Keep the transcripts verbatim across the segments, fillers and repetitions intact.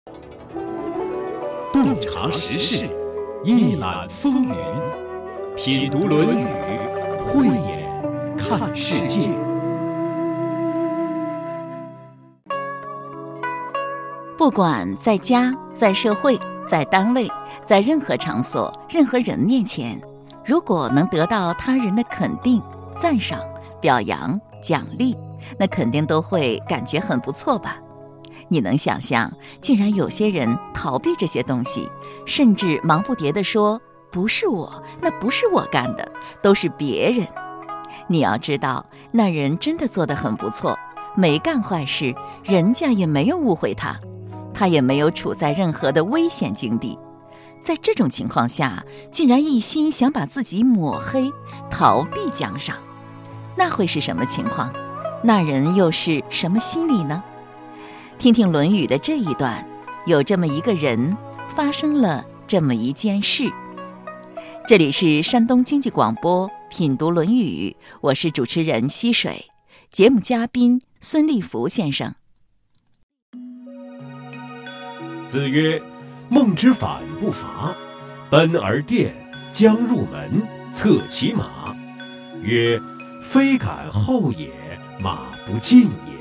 洞察时事，一览风云，品读《论语》，慧眼看世界。 不管在家、在社会、在单位，在任何场所、任何人面前，如果能得到他人的肯定、赞赏、表扬、奖励，那肯定都会感觉很不错吧。你能想象，竟然有些人逃避这些东西，甚至忙不迭地说，不是我，那不是我干的，都是别人。你要知道，那人真的做得很不错，没干坏事，人家也没有误会他，他也没有处在任何的危险境地。在这种情况下，竟然一心想把自己抹黑，逃避奖赏，那会是什么情况？那人又是什么心理呢？听听《论语》的这一段，有这么一个人，发生了这么一件事。这里是山东经济广播品读《论语》，我是主持人溪水，节目嘉宾孙立福先生。 子曰：孟之反不伐，奔而殿，将入门，策其马。曰：非敢后也，马不进也。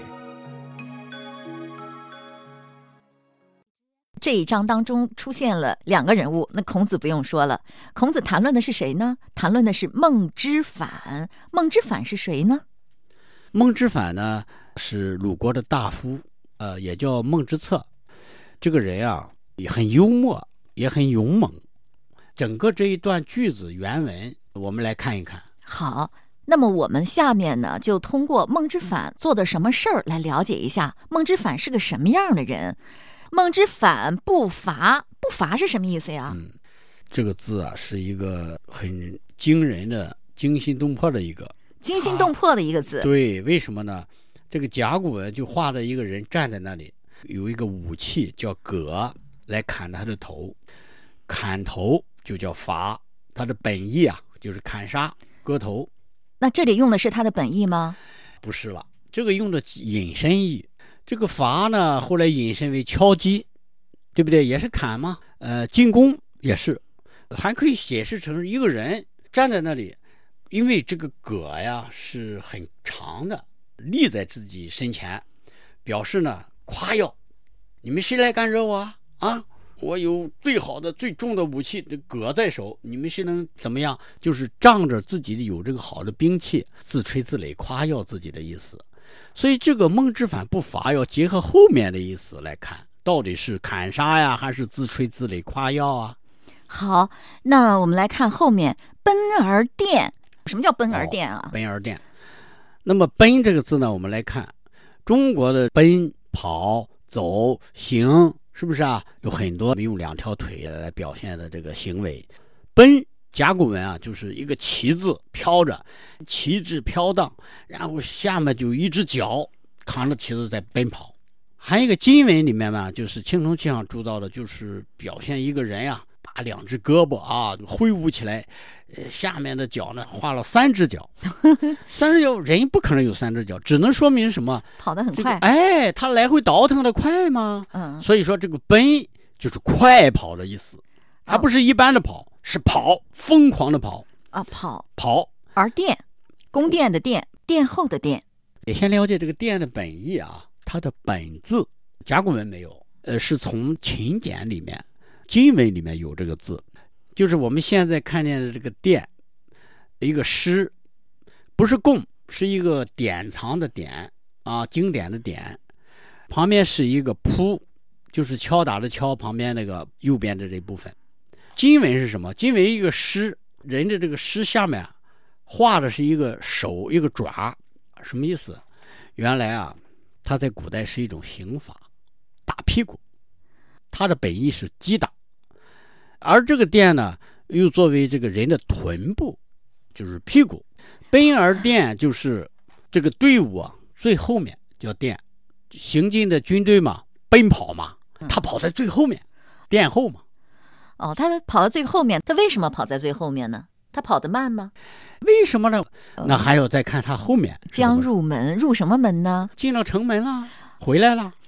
这一章当中出现了两个人物，那孔子不用说了，孔子谈论的是谁呢？谈论的是孟之反。孟之反是谁呢？ 孟之反呢，是鲁国的大夫，呃，也叫孟之策。这个人啊，也很幽默，也很勇猛。整个这一段句子原文，我们来看一看。 好，那么我们下面呢，就通过孟之反做的什么事儿来了解一下孟之反是个什么样的人。孟之反不伐，不伐是什么意思呀？ 嗯，这个字啊，是一个很惊人的、惊心动魄的一个惊心动魄的一个字。 对，为什么呢？这个甲骨文就画着一个人站在那里，有一个武器叫戈来砍他的头，砍头就叫伐，他的本意啊就是砍杀、割头。 那这里用的是他的本意吗？ 不是了，这个用的引申义。这个伐呢，后来引申为敲击，对不对？也是砍嘛。呃，进攻也是，还可以解释成一个人站在那里，因为这个戈呀是很长的，立在自己身前，表示呢夸耀。你们谁来干扰我啊？啊，我有最好的、最重的武器，这戈在手，你们谁能怎么样？就是仗着自己有这个好的兵器，自吹自擂，夸耀自己的意思。所以这个孟之反不伐要结合后面的意思来看，到底是砍杀呀，还是自吹自擂夸耀啊？ 好，那我们来看后面奔而殿。什么叫奔而殿啊？ 哦、奔而殿。那么奔这个字呢，我们来看中国的奔、跑、走、行，是不是啊？有很多用两条腿来表现的这个行为。奔甲骨文啊，就是一个旗字飘着，旗帜飘荡，然后下面就一只脚扛着旗子在奔跑。还有一个金文里面嘛，就是青铜器上铸造的，就是表现一个人呀、啊，把两只胳膊啊挥舞起来，呃，下面的脚呢画了三只脚，三只脚人不可能有三只脚，只能说明什么？ 跑得很快。 这个、哎，他来回倒腾的快吗？ 嗯， 所以说这个奔就是快跑的意思，还不是一般的跑。哦，是跑，疯狂的跑啊！跑跑， 而殿，宫殿的殿，殿后的殿。 也先了解这个殿的本意啊，它的本字甲骨文没有，呃，是从秦简里面、金文里面有这个字，就是我们现在看见的这个殿，一个诗，不是贡，是一个典藏的典啊，经典的典，旁边是一个扑，就是敲打的敲，旁边那个右边的这部分。金文是什么？金文一个诗，人的这个诗下面画的是一个手，一个爪，什么意思？原来啊，它在古代是一种刑罚，打屁股，它的本意是击打。而这个殿呢，又作为这个人的臀部，就是屁股。奔而殿就是这个队伍啊，最后面叫殿，行进的军队嘛，奔跑嘛，他跑在最后面，殿后嘛。 哦，他跑到最后面，他为什么跑在最后面呢？他跑得慢吗？ 为什么呢？那还要再看他后面。 将入门，入什么门呢？ 进了城门了，回来了。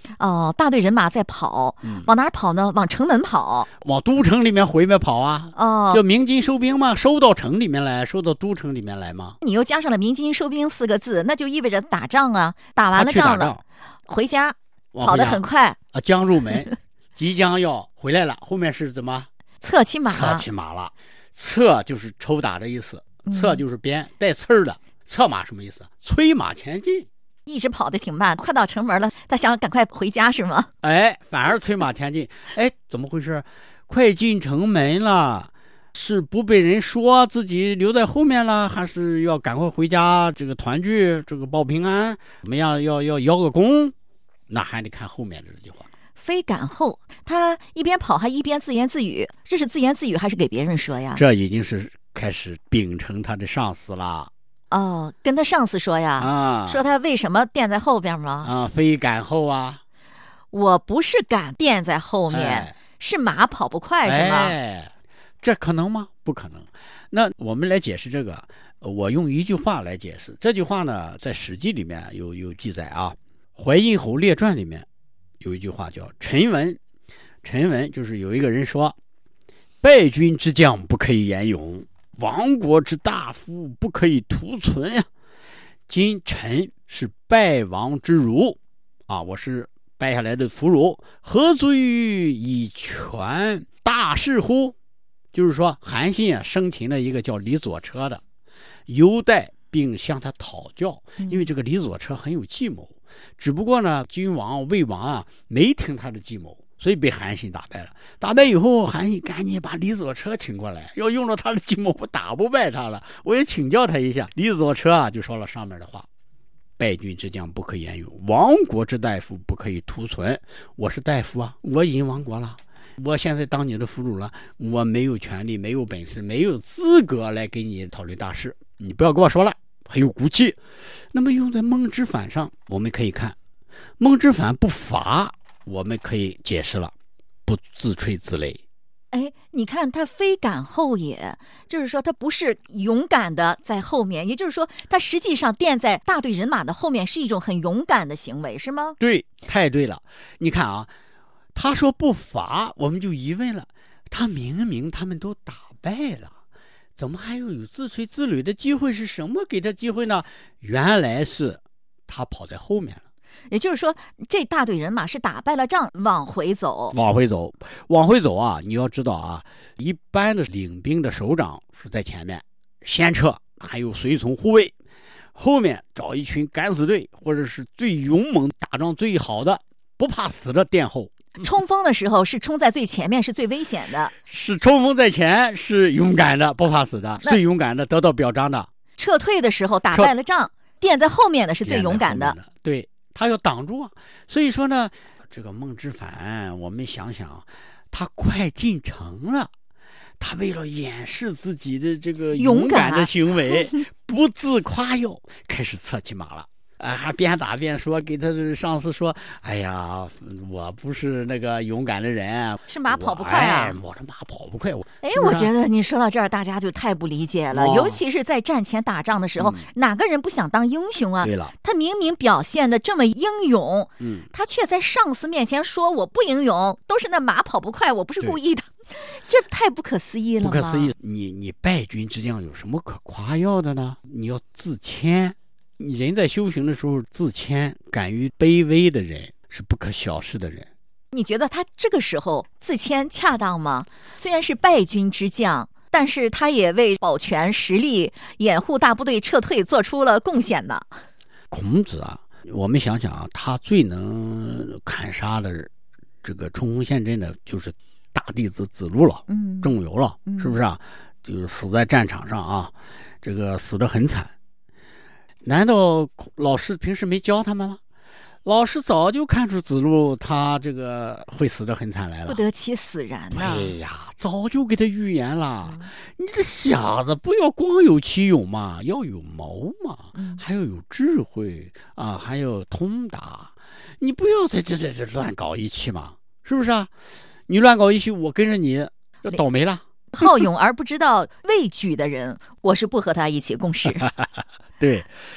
哦，大队人马在跑， 嗯， 往哪儿跑呢？往城门跑。 往都城里面回面跑啊。 哦， 就鸣金收兵嘛，收到城里面来，收到都城里面来嘛。 你又加上了鸣金收兵四个字，那就意味着打仗啊，打完了仗了， 仗回家跑得很快啊，将入门，即将要回来了。后面是怎么？ 策骑马。 策骑马了。策就是抽打的意思，策就是鞭，带刺儿的。策马什么意思？催马前进。 一直跑得挺慢，快到城门了，他想赶快回家是吗？ 哎，反而催马前进。哎，怎么回事？快进城门了，是不被人说自己留在后面了，还是要赶快回家这个团聚，这个报平安？怎么样？要要邀个功？那还得看后面这句话。 非赶后，他一边跑还一边自言自语，这是自言自语还是给别人说呀？ 这已经是开始秉承他的上司了。 哦，跟他上司说呀， 啊， 说他为什么垫在后边吗？ 啊，非赶后啊！ 我不是赶垫在后面， 哎、 是马跑不快是吗？ 哎，这可能吗？不可能。那我们来解释这个，我用一句话来解释。这句话呢，在《史记》里面有有记载啊，《淮阴侯列传》里面有一句话叫“陈文”。陈文就是有一个人说：“败军之将不可以言勇。”亡国之大夫不可以图存呀！今臣是败亡之儒啊，我是败下来的俘虏，何足于以权大事乎？就是说，韩信啊，生擒了一个叫李左车的，优待并向他讨教，因为这个李左车很有计谋，只不过呢，君王魏王啊没听他的计谋。所以被韩信打败了。打败以后，韩信赶紧把李左车请过来，要用了他的计谋，我打不败他了。我也请教他一下。李左车啊，就说了上面的话：败军之将不可言勇，亡国之大夫不可以图存。我是大夫啊，我已经亡国了，我现在当你的俘虏了，我没有权利，没有本事，没有资格来给你讨论大事。你不要跟我说了，很有骨气。那么用在孟之反上，我们可以看孟之反不伐。我们可以解释了，不自吹自擂。 哎，你看他非赶后也，就是说他不是勇敢的在后面，也就是说他实际上垫在大队人马的后面是一种很勇敢的行为，是吗？ 对，太对了。你看啊，他说不伐，我们就疑问了，他明明他们都打败了，怎么还有有自吹自擂的机会？是什么给他机会呢？原来是他跑在后面了。 也就是说，这大队人马是打败了仗，往回走， 往回走，往回走啊！你要知道啊，一般的领兵的首长是在前面先撤，还有随从护卫，后面找一群敢死队，或者是最勇猛、打仗最好的、不怕死的殿后。 冲锋的时候是冲在最前面，是最危险的； 是冲锋在前，是勇敢的、不怕死的，最勇敢的，得到表彰的。 撤退的时候打败了仗，垫在后面的是最勇敢的。 的对。他要挡住啊，所以说呢，这个孟之反，我们想想，他快进城了，他为了掩饰自己的这个勇敢的行为，不自夸耀，开始策骑马了。啊，还边打边说，给他的上司说：“哎呀，我不是那个勇敢的人， 是马跑不快啊！ 哎、我的马跑不快。我” 哎，我觉得你说到这儿，大家就太不理解了。哦、尤其是在战前打仗的时候，嗯、哪个人不想当英雄啊？ 对了， 他明明表现的这么英勇， 嗯， 他却在上司面前说我不英勇，都是那马跑不快，我不是故意的，这太不可思议了。 不可思议！你你败军之将有什么可夸耀的呢？你要自谦。人在修行的时候自谦，敢于卑微的人是不可小视的人。 你觉得他这个时候自谦恰当吗？虽然是败军之将，但是他也为保全实力、掩护大部队撤退做出了贡献呢。 孔子啊，我们想想啊，他最能砍杀的这个冲锋陷阵的，就是大弟子子路了， 嗯， 仲由了， 嗯、 是不是啊？就是死在战场上啊，这个死得很惨。难道老师平时没教他们吗？老师早就看出子路他这个会死得很惨来了， 不得其死然呐！ 哎呀，早就给他预言了。嗯、你这小子不要光有奇勇嘛，要有谋嘛， 嗯、 还要有智慧啊，还要通达。你不要在这这这乱搞一气嘛，是不是啊？你乱搞一气，我跟着你要倒霉了。 好勇而不知道畏惧的人，我是不和他一起共事。 对，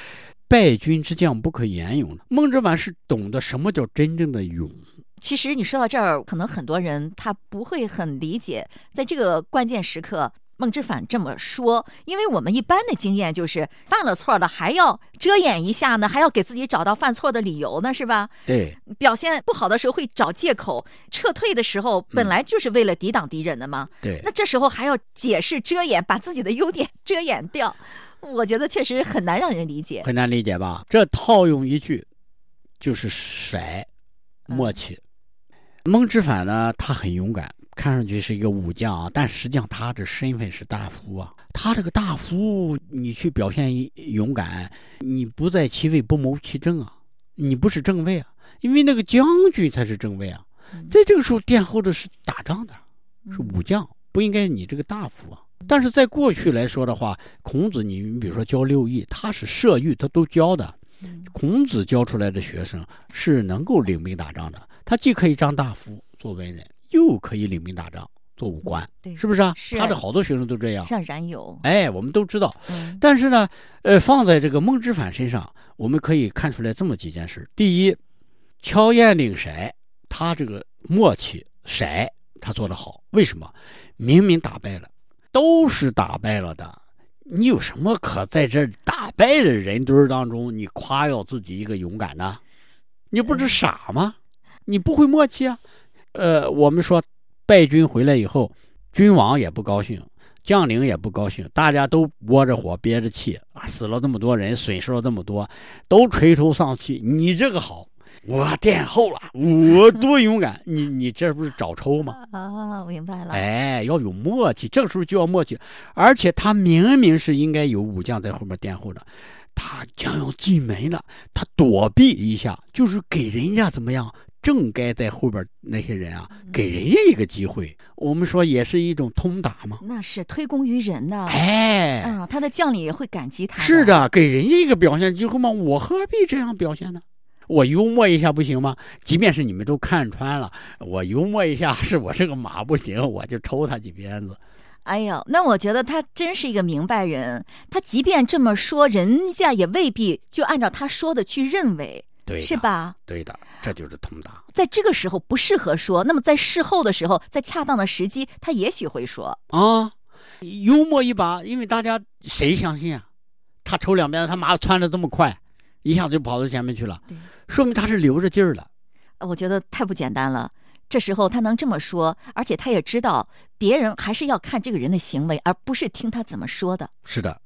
败军之将不可言勇。孟之反是懂得什么叫真正的勇。 其实你说到这儿，可能很多人他不会很理解，在这个关键时刻孟之反这么说，因为我们一般的经验就是犯了错了还要遮掩一下呢，还要给自己找到犯错的理由呢，是吧？ 对， 表现不好的时候会找借口，撤退的时候本来就是为了抵挡敌人的嘛。 嗯、对， 那这时候还要解释遮掩，把自己的优点遮掩掉，我觉得确实很难让人理解。 很难理解吧？这套用一句就是甩默契。嗯孟之反呢，他很勇敢，看上去是一个武将啊，但实际上他的身份是大夫啊。他这个大夫，你去表现勇敢，你不在其位不谋其政啊，你不是正位啊，因为那个将军才是正位啊。在这个时候殿后的是打仗的，是武将，不应该是你这个大夫啊。但是在过去来说的话，孔子你比如说教六艺，他是射御他都教的，孔子教出来的学生是能够领兵打仗的。他既可以当大夫做文人，又可以领兵打仗做武官， 对， 是不是啊？ 是他的好多学生都这样， 让然有。 哎，我们都知道。 嗯、 但是呢，呃，放在这个孟之反身上，我们可以看出来这么几件事。第一，乔燕领骰，他这个默契骰他做得好。为什么？明明打败了，都是打败了的。你有什么可在这打败的人堆当中，你夸耀自己一个勇敢呢？你不是傻吗？你不会默契啊？呃，我们说败军回来以后，君王也不高兴，将领也不高兴，大家都窝着火憋着气啊，死了这么多人，损失了这么多，都垂头丧气。你这个好，我殿后了，我多勇敢！你你这不是找抽吗？ 啊，我明白了。 哎，要有默契，这个时候就要默契。而且他明明是应该有武将在后面殿后的，他将要进门了，他躲避一下，就是给人家怎么样？正该在后边那些人啊，给人家一个机会，我们说也是一种通达嘛。 那是推功于人呐， 哎， 啊，他的将领也会感激他的。 是的，给人家一个表现机会嘛，我何必这样表现呢？我幽默一下不行吗？即便是你们都看穿了，我幽默一下，是我这个马不行，我就抽他几鞭子。 哎呦，那我觉得他真是一个明白人，他即便这么说，人家也未必就按照他说的去认为。 对， 是吧？ 对的，这就是通达。 在这个时候不适合说，那么在事后的时候，在恰当的时机，他也许会说啊，幽默一把，因为大家谁相信啊？他抽两鞭，他马窜得这么快，一下子就跑到前面去了，说明他是留着劲儿了。 我觉得太不简单了。这时候他能这么说，而且他也知道别人还是要看这个人的行为，而不是听他怎么说的。 是的。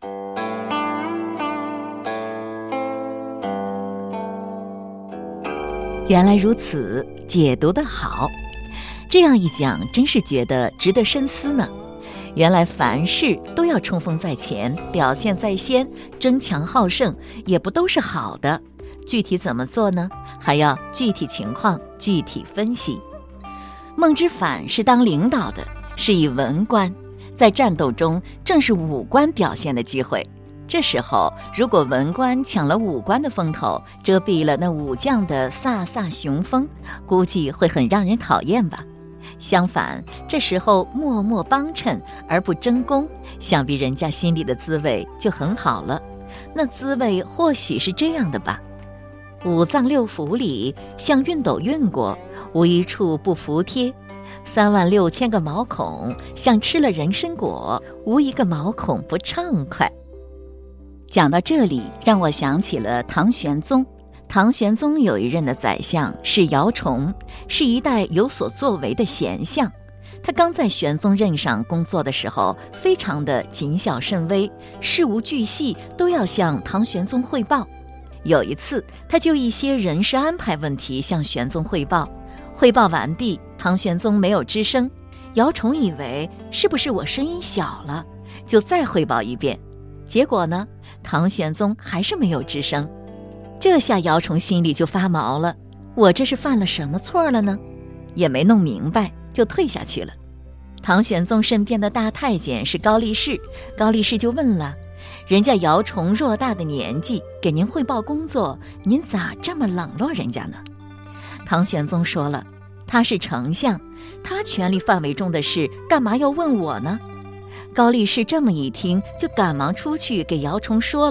原来如此，解读得好。这样一讲，真是觉得值得深思呢。原来凡事都要冲锋在前，表现在先，争强好胜，也不都是好的。具体怎么做呢？还要具体情况具体分析。孟之反是当领导的，是以文官，在战斗中正是武官表现的机会。这时候，如果文官抢了武官的风头，遮蔽了那武将的飒飒雄风，估计会很让人讨厌吧。相反，这时候默默帮衬而不争功，想必人家心里的滋味就很好了。那滋味或许是这样的吧：五脏六腑里像熨斗熨过，无一处不服帖；三万六千个毛孔像吃了人参果，无一个毛孔不畅快。讲到这里，让我想起了唐玄宗。唐玄宗有一任的宰相是姚崇，是一代有所作为的贤相。他刚在玄宗任上工作的时候，非常的谨小慎微，事无巨细都要向唐玄宗汇报。有一次，他就一些人事安排问题向玄宗汇报。汇报完毕，唐玄宗没有吱声。姚崇以为是不是我声音小了，就再汇报一遍。结果呢，唐玄宗还是没有吱声。这下姚崇心里就发毛了，我这是犯了什么错了呢？也没弄明白，就退下去了。唐玄宗身边的大太监是高力士，高力士就问了，人家姚崇偌大的年纪给您汇报工作，您咋这么冷落人家呢？唐玄宗说了，他是丞相，他权力范围中的事干嘛要问我呢？高力士这么一听，就赶忙出去给姚崇说了。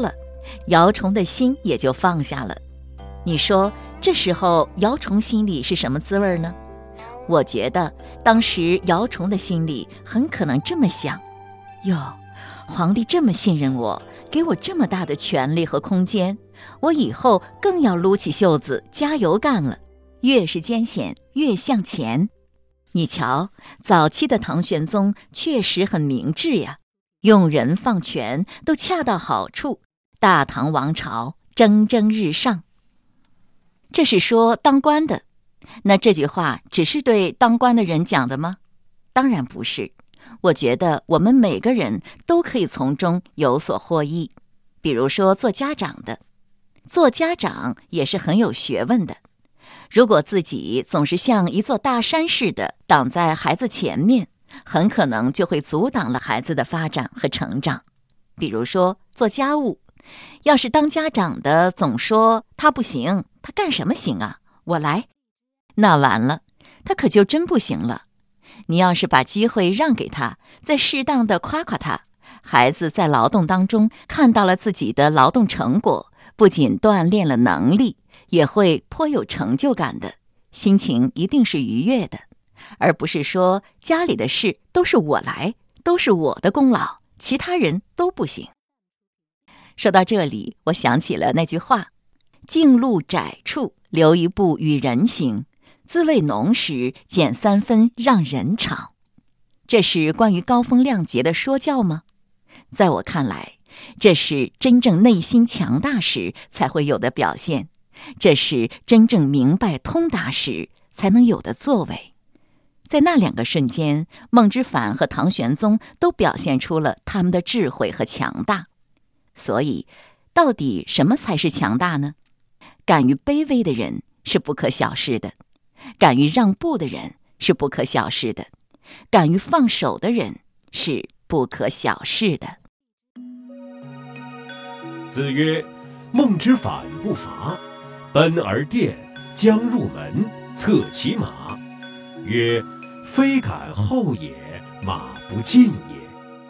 姚崇的心也就放下了。你说这时候姚崇心里是什么滋味呢？我觉得当时姚崇的心里很可能这么想：哟，皇帝这么信任我，给我这么大的权力和空间，我以后更要撸起袖子加油干了，越是艰险越向前。你瞧，早期的唐玄宗确实很明智呀，用人放权都恰到好处，大唐王朝蒸蒸日上。这是说当官的，那这句话只是对当官的人讲的吗？当然不是。我觉得我们每个人都可以从中有所获益。比如说做家长的，做家长也是很有学问的。如果自己总是像一座大山似的挡在孩子前面，很可能就会阻挡了孩子的发展和成长。比如说做家务，要是当家长的总说他不行，他干什么行啊？我来，那完了，他可就真不行了。你要是把机会让给他，再适当的夸夸他，孩子在劳动当中看到了自己的劳动成果，不仅锻炼了能力，也会颇有成就感的，心情一定是愉悦的，而不是说家里的事都是我来，都是我的功劳，其他人都不行。说到这里，我想起了那句话：径路窄处留一步与人行，滋味浓时减三分让人尝。这是关于高风亮节的说教吗？在我看来，这是真正内心强大时才会有的表现，这是真正明白通达时才能有的作为。在那两个瞬间，孟之反和唐玄宗都表现出了他们的智慧和强大。所以，到底什么才是强大呢？敢于卑微的人是不可小视的，敢于让步的人是不可小视的，敢于放手的人是不可小视的。 子曰：孟之反不伐，奔而殿，将入门，策其马。曰：非敢后也，马不进也。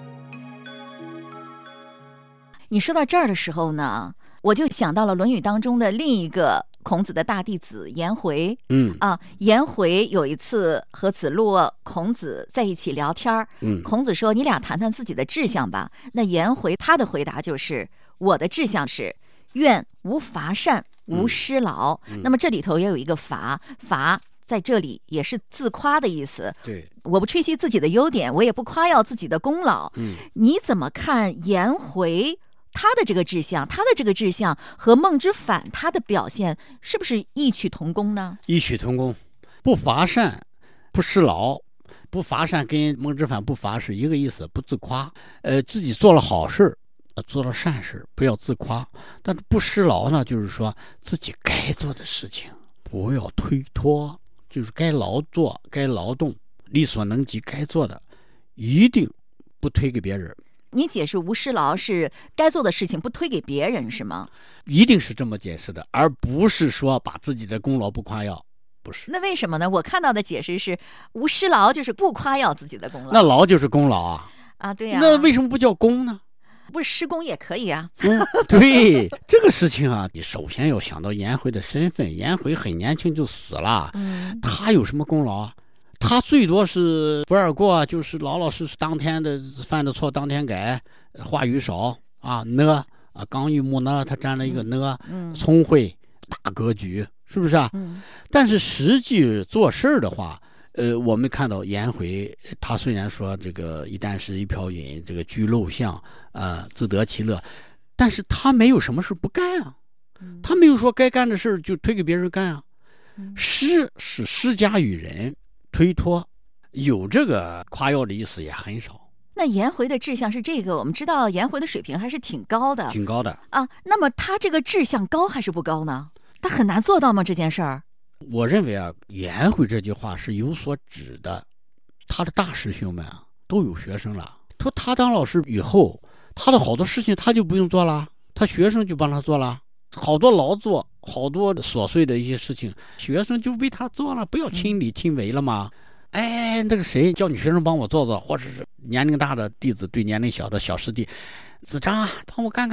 你说到这儿的时候呢，我就想到了《论语》当中的另一个孔子的大弟子颜回。 嗯啊，颜回有一次和子路、孔子在一起聊天， 嗯， 孔子说：“你俩谈谈自己的志向吧。”那颜回他的回答就是：“我的志向是愿无乏善，无施劳。嗯”那么这里头也有一个乏，乏在这里也是自夸的意思。 对， 我不吹嘘自己的优点，我也不夸耀自己的功劳。 嗯， 你怎么看颜回？他的这个志向，他的这个志向和孟之反他的表现是不是异曲同工呢？ 异曲同工，不乏善，不施劳。不乏善跟孟之反不乏是一个意思，不自夸。呃，自己做了好事，做了善事，不要自夸。但是不施劳呢，就是说自己该做的事情不要推脱，就是该劳作、该劳动、力所能及该做的，一定不推给别人。 你解释无施劳是该做的事情不推给别人是吗？ 一定是这么解释的，而不是说把自己的功劳不夸耀，不是。 那为什么呢？我看到的解释是无施劳就是不夸耀自己的功劳。 那劳就是功劳啊。 啊，对呀、啊。 那为什么不叫功呢？ 不是施工也可以啊。 嗯，对，这个事情啊，你首先要想到颜回的身份。颜回很年轻就死了， 嗯， 他有什么功劳啊？他最多是不二过，就是老老实实当天的犯的错当天改，话语少啊，呢啊，刚玉木呢，他占了一个呢， 嗯， 聪慧大格局，是不是啊？ 嗯， 但是实际做事的话，呃，我们看到颜回，他虽然说这个一箪食一瓢饮，这个居陋巷，呃，自得其乐，但是他没有什么事不干啊， 嗯， 他没有说该干的事就推给别人干啊， 嗯， 施是施加于人。推脱有这个夸耀的意思也很少。 那颜回的志向是这个，我们知道颜回的水平还是挺高的， 挺高的啊。那么他这个志向高还是不高呢？他很难做到吗？这件事儿？ 我认为啊，颜回这句话是有所指的。他的大师兄们啊，都有学生了。说他当老师以后，他的好多事情他就不用做了，他学生就帮他做了。好多劳作，好多琐碎的一些事情，学生就为他做了，不要亲力亲为了吗？嗯、哎，那个谁叫你学生帮我做做，或者是年龄大的弟子对年龄小的小师弟，子张啊，帮我干干。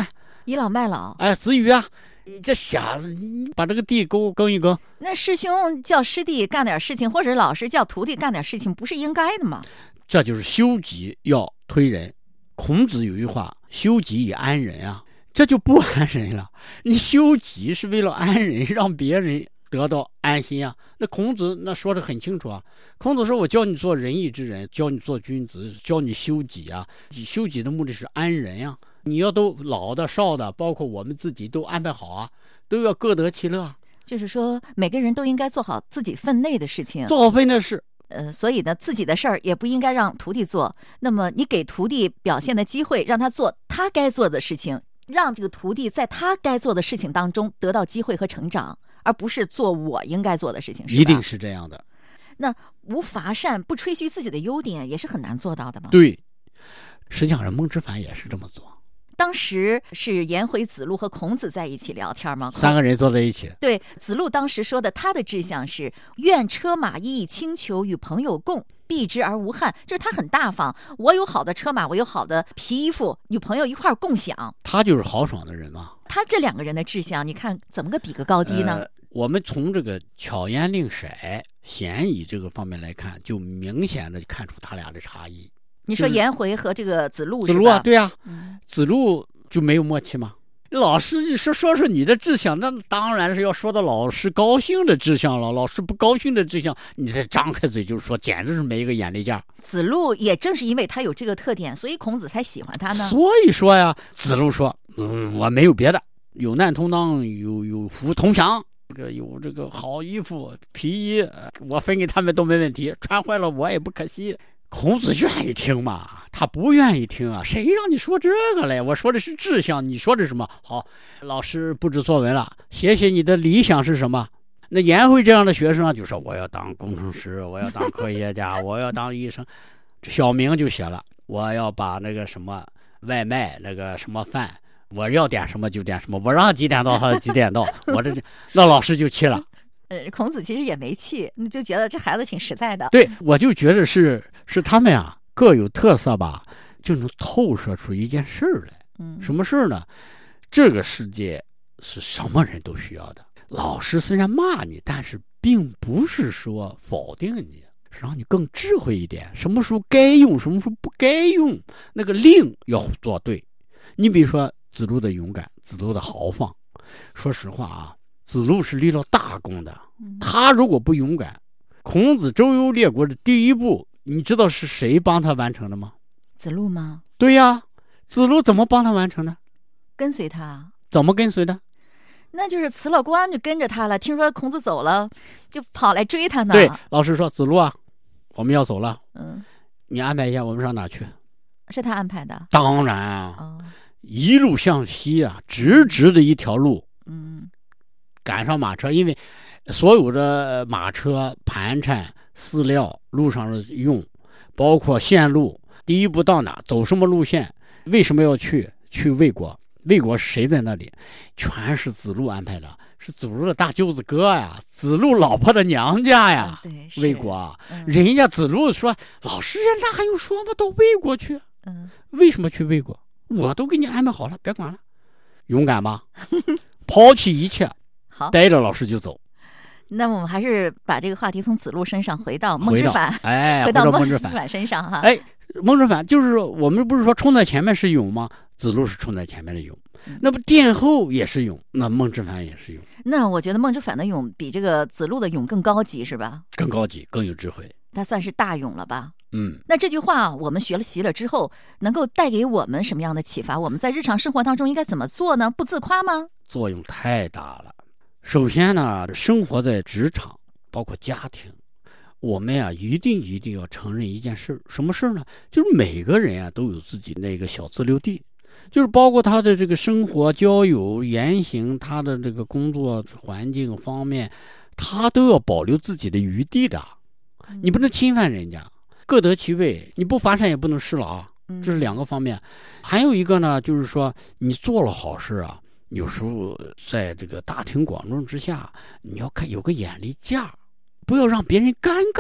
倚老卖老。 哎，子羽啊，你这瞎子，你把这个地给我耕一耕。 那师兄叫师弟干点事情，或者老师叫徒弟干点事情，不是应该的吗？ 这就是修己要推人。孔子有句话，修己以安人啊，这就不安人了。你修己是为了安人，让别人得到安心啊。那孔子那说得很清楚啊。孔子说，我教你做仁义之人，教你做君子，教你修己啊。修己的目的是安人啊。你要都老的少的，包括我们自己都安排好啊，都要各得其乐。 就是说每个人都应该做好自己分内的事情， 做好分内的事。 呃，所以呢，自己的事儿也不应该让徒弟做。那么你给徒弟表现的机会，让他做他该做的事情，让这个徒弟在他该做的事情当中得到机会和成长，而不是做我应该做的事情，是吧？ 一定是这样的。 那无乏善，不吹嘘自己的优点，也是很难做到的嘛。 对，实际上孟之反也是这么做。 当时是颜回、子路和孔子在一起聊天吗？ 三个人坐在一起。 对，子路当时说的他的志向是愿车马衣轻裘与朋友共，避之而无憾，就是他很大方，我有好的车马，我有好的皮衣服，与朋友一块共享。 他就是豪爽的人嘛。 他这两个人的志向，你看怎么个比个高低呢？ 呃、我们从这个巧言令色、贤仪这个方面来看，就明显的看出他俩的差异。 你说颜回和这个子路是吧？ 子路啊，对啊， 嗯、 子路就没有默契吗？老师你说说说你的志向，那当然是要说到老师高兴的志向了。老师不高兴的志向，你这张开嘴就说，简直是没一个眼力见。 子路也正是因为他有这个特点，所以孔子才喜欢他呢。 所以说呀，子路说，嗯，我没有别的，有难同当，有有福同享。这个有这个好衣服皮衣，我分给他们都没问题，穿坏了我也不可惜。孔子愿意听嘛？他不愿意听啊！谁让你说这个嘞？我说的是志向，你说的是什么？好，老师布置作文了，写写你的理想是什么？那颜回这样的学生啊，就说我要当工程师，我要当科学家，我要当医生。小明就写了，我要把那个什么外卖那个什么饭，我要点什么就点什么，我让几点到他几点到，我这那老师就气了。 呃，孔子其实也没气，你就觉得这孩子挺实在的。 对，我就觉得是是他们啊各有特色吧，就能透射出一件事来。 嗯， 什么事呢？这个世界是什么人都需要的。老师虽然骂你，但是并不是说否定你，是让你更智慧一点。什么时候该用，什么时候不该用，那个令要做对。你比如说子路的勇敢，子路的豪放。说实话啊。子路是立了大功的，他如果不勇敢，孔子周游列国的第一步，你知道是谁帮他完成的吗？ 子路吗？ 对呀，子路怎么帮他完成的？ 跟随他。 怎么跟随的？ 那就是辞了官就跟着他了，听说孔子走了，就跑来追他呢。 对，老师说子路啊，我们要走了， 嗯， 你安排一下我们上哪去？ 是他安排的。 当然啊， 哦、 一路向西啊，直直的一条路， 嗯。 赶上马车，因为所有的马车、盘缠、饲料路上的用，包括线路，第一步到哪，走什么路线，为什么要去去魏国？魏国是谁在那里？全是子路安排的，是子路的大舅子哥呀，子路老婆的娘家呀。 嗯、 对，魏国啊， 嗯、 人家子路说，老师人那还用说吗？到魏国去。 嗯， 为什么去魏国？我都给你安排好了，别管了，勇敢吧，抛弃一切。 好， 带着老师就走。 那我们还是把这个话题从子路身上回到孟之反， 哎， 回到孟之反身上哈。 哎，孟之反就是说，我们不是说冲在前面是勇吗？子路是冲在前面的勇，嗯、那么殿后也是勇，那孟之反也是勇。 那我觉得孟之反的勇比这个子路的勇更高级，是吧？ 更高级，更有智慧。 他算是大勇了吧？ 嗯。 那这句话我们学了习了之后，能够带给我们什么样的启发？我们在日常生活当中应该怎么做呢？不自夸吗？ 作用太大了。首先呢，生活在职场，包括家庭，我们呀、啊、一定一定要承认一件事，什么事呢？就是每个人啊都有自己那个小自留地，就是包括他的这个生活、交友、言行，他的这个工作环境方面，他都要保留自己的余地的。你不能侵犯人家，各得其位，你不乏善也不能施劳，这是两个方面。还有一个呢，就是说你做了好事啊。有时候在这个大庭广众之下，你要看有个眼力价，不要让别人尴尬。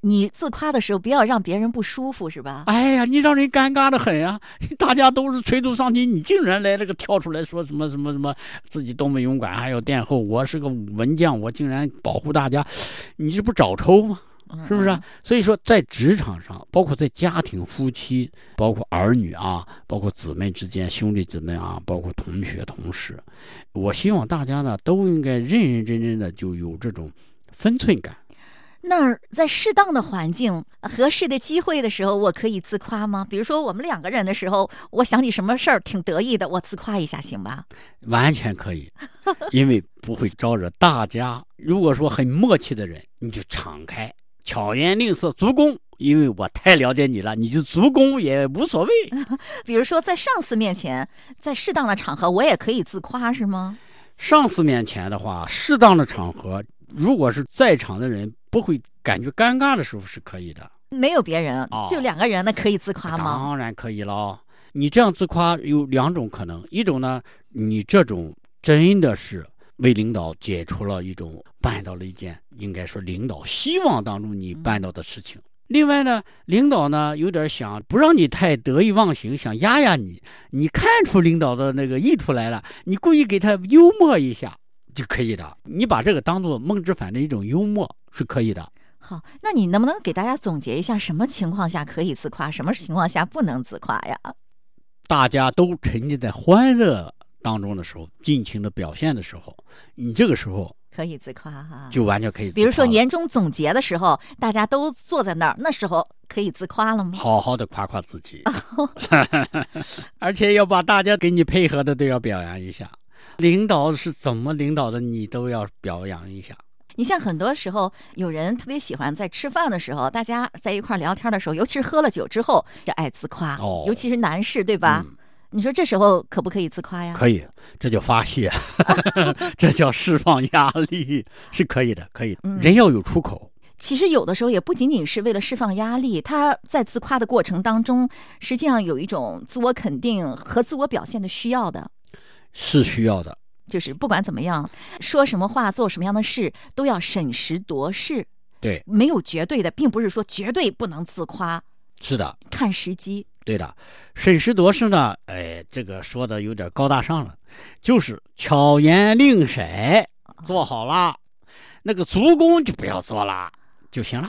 你自夸的时候不要让别人不舒服，是吧？ 哎呀，你让人尴尬的很啊！大家都是垂头丧气，你竟然来了个跳出来说什么什么什么自己多么勇敢，还有殿后，我是个文将，我竟然保护大家，你这不找抽吗？是不是、啊？所以说，在职场上，包括在家庭、夫妻，包括儿女啊，包括姊妹之间、兄弟姊妹啊，包括同学、同事，我希望大家呢都应该认认真真的就有这种分寸感。 那在适当的环境、合适的机会的时候，我可以自夸吗？比如说我们两个人的时候，我想起什么事儿挺得意的，我自夸一下行吧？ 完全可以，因为不会招惹大家。如果说很默契的人，你就敞开，巧言令色，足弓。因为我太了解你了，你就足弓也无所谓。 比如说在上司面前，在适当的场合，我也可以自夸，是吗？ 上司面前的话，适当的场合，如果是在场的人不会感觉尴尬的时候是可以的。 没有别人、哦、就两个人，那可以自夸吗？ 当然可以了。你这样自夸有两种可能，一种呢，你这种真的是为领导解除了一种办到了一件应该说领导希望当中你办到的事情、嗯、另外呢，领导呢有点想不让你太得意忘形，想压压你，你看出领导的那个意图来了，你故意给他幽默一下就可以的。你把这个当做孟之反的一种幽默是可以的。 好，那你能不能给大家总结一下，什么情况下可以自夸，什么情况下不能自夸呀？ 大家都沉浸在欢乐当中的时候，尽情的表现的时候，你这个时候可以自夸哈， 就完全可以自夸。 比如说年终总结的时候，大家都坐在那儿，那时候可以自夸了吗？ 好好的夸夸自己，而且要把大家给你配合的都要表扬一下。领导是怎么领导的，你都要表扬一下。 你像很多时候有人特别喜欢在吃饭的时候，大家在一块聊天的时候，尤其是喝了酒之后，这爱自夸、哦、尤其是男士，对吧、嗯、你说这时候可不可以自夸呀？ 可以，这叫发泄这叫释放压力，是可以的，可以、嗯、人要有出口。 其实有的时候也不仅仅是为了释放压力，他在自夸的过程当中实际上有一种自我肯定和自我表现的需要的， 是需要的。 就是不管怎么样，说什么话做什么样的事都要审时度势。 对， 没有绝对的，并不是说绝对不能自夸。 是的， 看时机。 对的，审时度势呢，哎，这个说的有点高大上了，就是巧言令色做好了，那个足弓就不要做了就行了。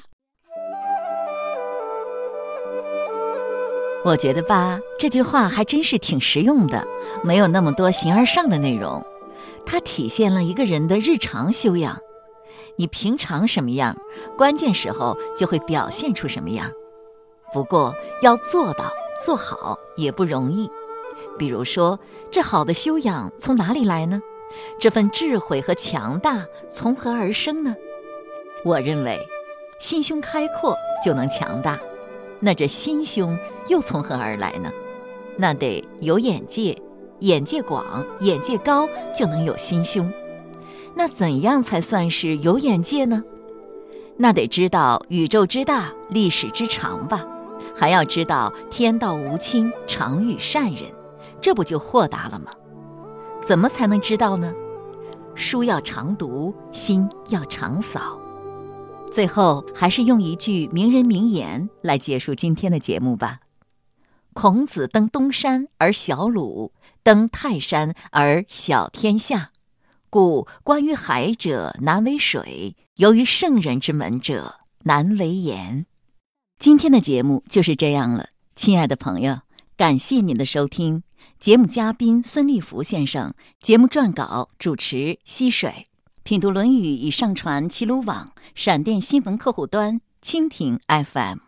我觉得吧，这句话还真是挺实用的，没有那么多形而上的内容。它体现了一个人的日常修养，你平常什么样，关键时候就会表现出什么样。不过要做到做好也不容易。比如说，这好的修养从哪里来呢？这份智慧和强大从何而生呢？我认为，心胸开阔就能强大。那这心胸又从何而来呢？那得有眼界，眼界广，眼界高，就能有心胸。那怎样才算是有眼界呢？那得知道宇宙之大，历史之长吧，还要知道天道无亲，常与善人，这不就豁达了吗？怎么才能知道呢？书要常读，心要常扫。最后还是用一句名人名言来结束今天的节目吧。孔子登东山而小鲁，登泰山而小天下。故关于海者难为水，由于圣人之门者难为言。今天的节目就是这样了，亲爱的朋友，感谢您的收听。节目嘉宾孙立福先生，节目撰稿主持溪水。品读《论语》已上传齐鲁网、闪电新闻客户端、蜻蜓 F M。